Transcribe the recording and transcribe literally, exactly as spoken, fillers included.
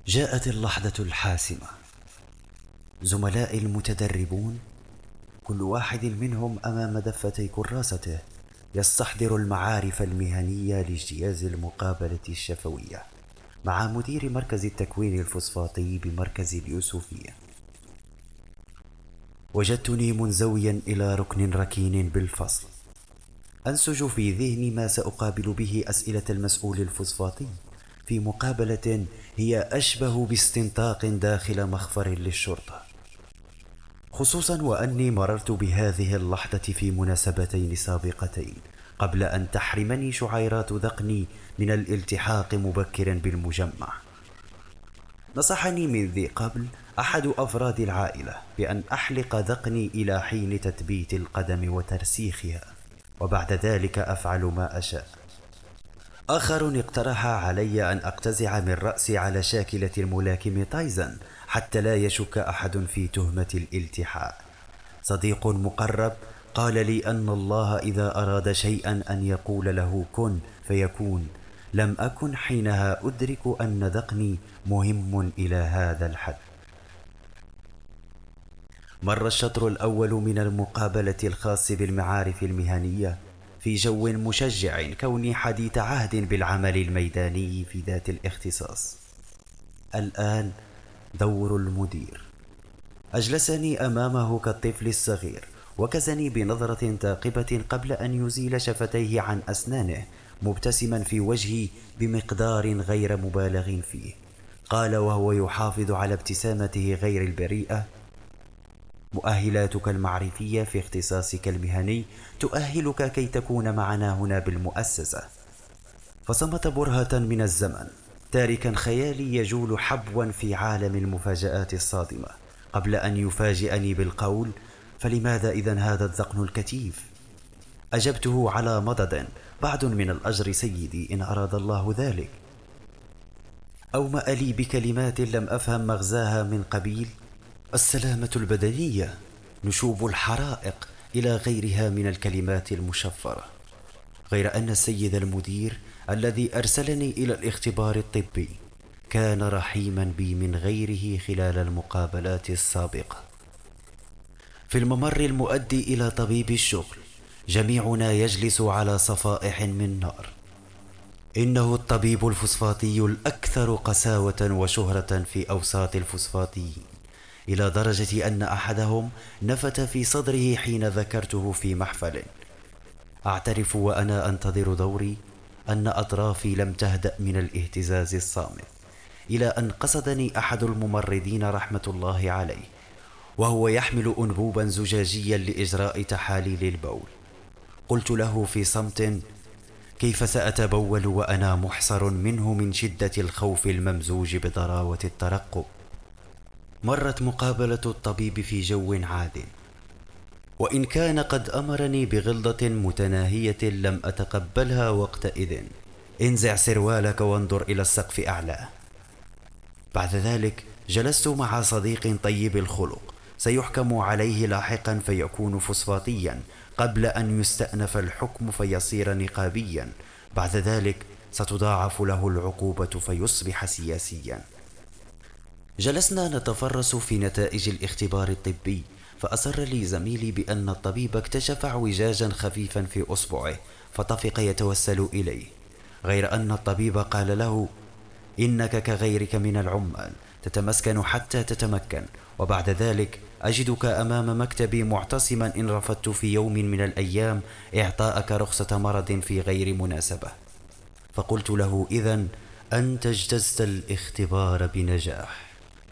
جاءت اللحظة الحاسمة. زملائي المتدربون كل واحد منهم أمام دفتي كراسته يستحضر المعارف المهنية لاجتياز المقابلة الشفوية مع مدير مركز التكوين الفوسفاتي بمركز اليوسفية. وجدتني منزويا إلى ركن ركين بالفصل، أنسج في ذهني ما سأقابل به أسئلة المسؤول الفوسفاتي في مقابلة هي أشبه باستنطاق داخل مخفر للشرطة، خصوصا وأني مررت بهذه اللحظة في مناسبتين سابقتين قبل أن تحرمني شعيرات ذقني من الالتحاق مبكرا بالمجمع. نصحني من ذي قبل أحد أفراد العائلة بأن أحلق ذقني إلى حين تثبيت القدم وترسيخها، وبعد ذلك أفعل ما أشاء. آخر اقترح علي أن أقتزع من رأسي على شاكلة الملاكم تايزن حتى لا يشك أحد في تهمة الالتحاء. صديق مقرب قال لي أن الله إذا أراد شيئا أن يقول له كن فيكون. لم أكن حينها أدرك أن ذقني مهم إلى هذا الحد. مر الشطر الأول من المقابلة الخاص بالمعارف المهنية في جو مشجع، كوني حديث عهد بالعمل الميداني في ذات الاختصاص. الآن دور المدير. أجلسني أمامه كالطفل الصغير، وكزني بنظرة ثاقبة قبل أن يزيل شفتيه عن أسنانه، مبتسما في وجهي بمقدار غير مبالغ فيه. قال وهو يحافظ على ابتسامته غير البريئة: مؤهلاتك المعرفية في اختصاصك المهني تؤهلك كي تكون معنا هنا بالمؤسسة. فصمت برهة من الزمن، تاركا خيالي يجول حبوا في عالم المفاجآت الصادمة، قبل أن يفاجئني بالقول: فلماذا إذن هذا الذقن الكتيف؟ أجبته على مضض: بعد من الأجر سيدي إن أراد الله ذلك. أومأ لي بكلمات لم أفهم مغزاها من قبيل: السلامة البدنية، نشوب الحرائق، إلى غيرها من الكلمات المشفرة. غير أن السيد المدير الذي أرسلني إلى الاختبار الطبي كان رحيما بي من غيره خلال المقابلات السابقة. في الممر المؤدي إلى طبيب الشغل جميعنا يجلس على صفائح من نار. إنه الطبيب الفوسفاتي الأكثر قساوة وشهرة في أوساط الفوسفاتيين، إلى درجة أن أحدهم نفت في صدره حين ذكرته في محفل. أعترف وأنا أنتظر دوري أن أطرافي لم تهدأ من الاهتزاز الصامت، إلى أن قصدني أحد الممرضين رحمة الله عليه وهو يحمل أنبوبا زجاجيا لإجراء تحاليل البول. قلت له في صمت: كيف سأتبول وأنا محصر منه من شدة الخوف الممزوج بضراوة الترقب؟ مرت مقابلة الطبيب في جو عاد، وإن كان قد أمرني بغلظة متناهية لم أتقبلها وقتئذ: انزع سروالك وانظر إلى السقف أعلى. بعد ذلك جلست مع صديق طيب الخلق سيحكم عليه لاحقا فيكون فوسفاتيا، قبل أن يستأنف الحكم فيصير نقابيا. بعد ذلك ستضاعف له العقوبة فيصبح سياسيا. جلسنا نتفرس في نتائج الاختبار الطبي، فأسر لي زميلي بأن الطبيب اكتشف اعوجاجا خفيفا في أصبعه فطفق يتوسل إليه، غير أن الطبيب قال له: إنك كغيرك من العمال تتمسكن حتى تتمكن، وبعد ذلك أجدك أمام مكتبي معتصما إن رفضت في يوم من الأيام إعطاءك رخصة مرض في غير مناسبة. فقلت له: إذن أنت اجتزت الاختبار بنجاح.